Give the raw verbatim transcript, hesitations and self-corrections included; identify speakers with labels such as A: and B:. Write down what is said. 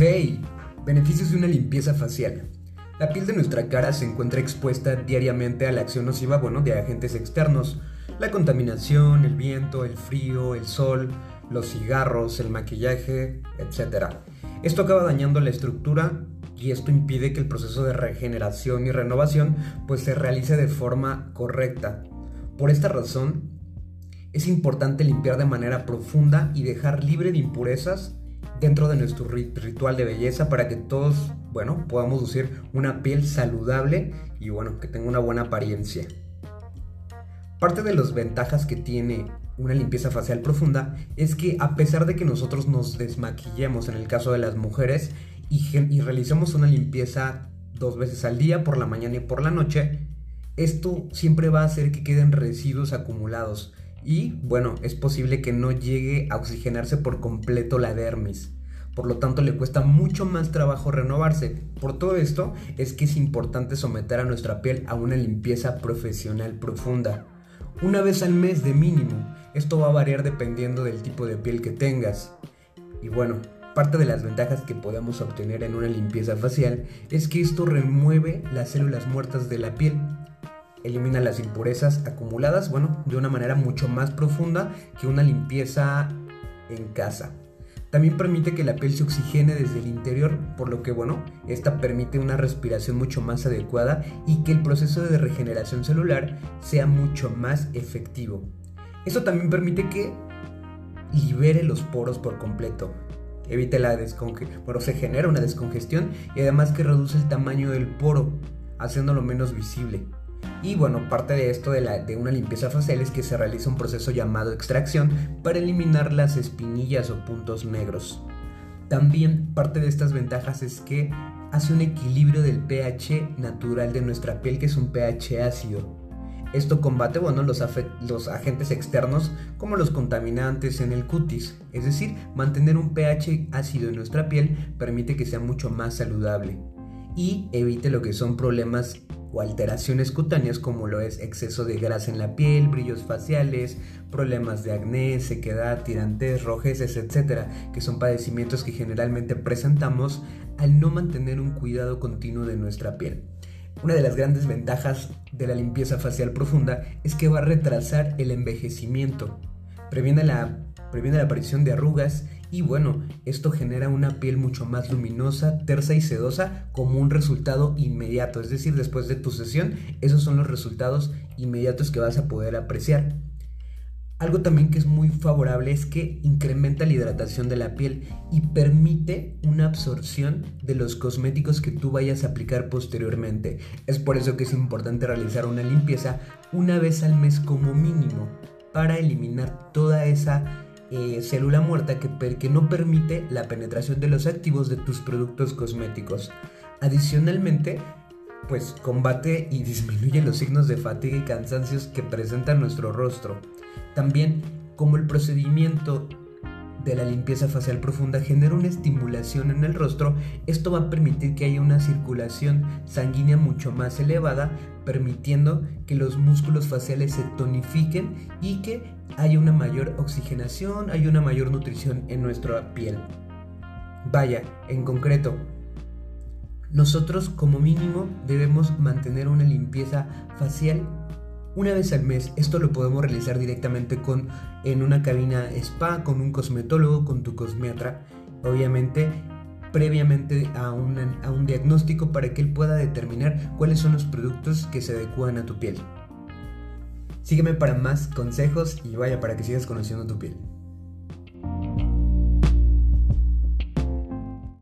A: Hey, beneficios de una limpieza facial. La piel de nuestra cara se encuentra expuesta diariamente a la acción nociva, bueno, de agentes externos. La contaminación, el viento, el frío, el sol, los cigarros, el maquillaje, etcétera. Esto acaba dañando la estructura y esto impide que el proceso de regeneración y renovación pues se realice de forma correcta. Por esta razón, es importante limpiar de manera profunda y dejar libre de impurezas dentro de nuestro ritual de belleza para que todos, bueno, podamos lucir una piel saludable y, bueno, que tenga una buena apariencia. Parte de las ventajas que tiene una limpieza facial profunda es que, a pesar de que nosotros nos desmaquillemos en el caso de las mujeres y, y realicemos una limpieza dos veces al día, por la mañana y por la noche, esto siempre va a hacer que queden residuos acumulados. Y bueno, es posible que no llegue a oxigenarse por completo la dermis. Por lo tanto, le cuesta mucho más trabajo renovarse. Por todo esto, es que es importante someter a nuestra piel a una limpieza profesional profunda. Una vez al mes de mínimo. Esto va a variar dependiendo del tipo de piel que tengas. Y bueno, parte de las ventajas que podemos obtener en una limpieza facial es que esto remueve las células muertas de la piel. Elimina las impurezas acumuladas, bueno, de una manera mucho más profunda que una limpieza en casa. También permite que la piel se oxigene desde el interior, por lo que, bueno, esta permite una respiración mucho más adecuada y que el proceso de regeneración celular sea mucho más efectivo. Esto también permite que libere los poros por completo. Evite la descongestión, bueno, se genera una descongestión y además que reduce el tamaño del poro, haciéndolo menos visible. Y bueno, parte de esto de, la, de una limpieza facial es que se realiza un proceso llamado extracción para eliminar las espinillas o puntos negros. También parte de estas ventajas es que hace un equilibrio del pH natural de nuestra piel, que es un pH ácido. Esto combate, bueno, los, los agentes externos como los contaminantes en el cutis. Es decir, mantener un pH ácido en nuestra piel permite que sea mucho más saludable y evite lo que son problemas o alteraciones cutáneas como lo es exceso de grasa en la piel, brillos faciales, problemas de acné, sequedad, tirantez, rojeces, etcétera, que son padecimientos que generalmente presentamos al no mantener un cuidado continuo de nuestra piel. Una de las grandes ventajas de la limpieza facial profunda es que va a retrasar el envejecimiento, previene la, previene la aparición de arrugas y bueno, esto genera una piel mucho más luminosa, tersa y sedosa como un resultado inmediato. Es decir, después de tu sesión, esos son los resultados inmediatos que vas a poder apreciar. Algo también que es muy favorable es que incrementa la hidratación de la piel y permite una absorción de los cosméticos que tú vayas a aplicar posteriormente. Es por eso que es importante realizar una limpieza una vez al mes como mínimo para eliminar toda esa Eh, célula muerta que, que no permite la penetración de los activos de tus productos cosméticos. Adicionalmente, pues combate y disminuye los signos de fatiga y cansancios que presenta nuestro rostro. También, como el procedimiento de la limpieza facial profunda genera una estimulación en el rostro, esto va a permitir que haya una circulación sanguínea mucho más elevada, permitiendo que los músculos faciales se tonifiquen y que haya una mayor oxigenación, haya una mayor nutrición en nuestra piel. Vaya, en concreto, nosotros como mínimo debemos mantener una limpieza facial una vez al mes. Esto lo podemos realizar directamente con, en una cabina spa, con un cosmetólogo, con tu cosmiatra, obviamente previamente a, una, a un diagnóstico para que él pueda determinar cuáles son los productos que se adecúan a tu piel. Sígueme para más consejos y vaya, para que sigas conociendo tu piel.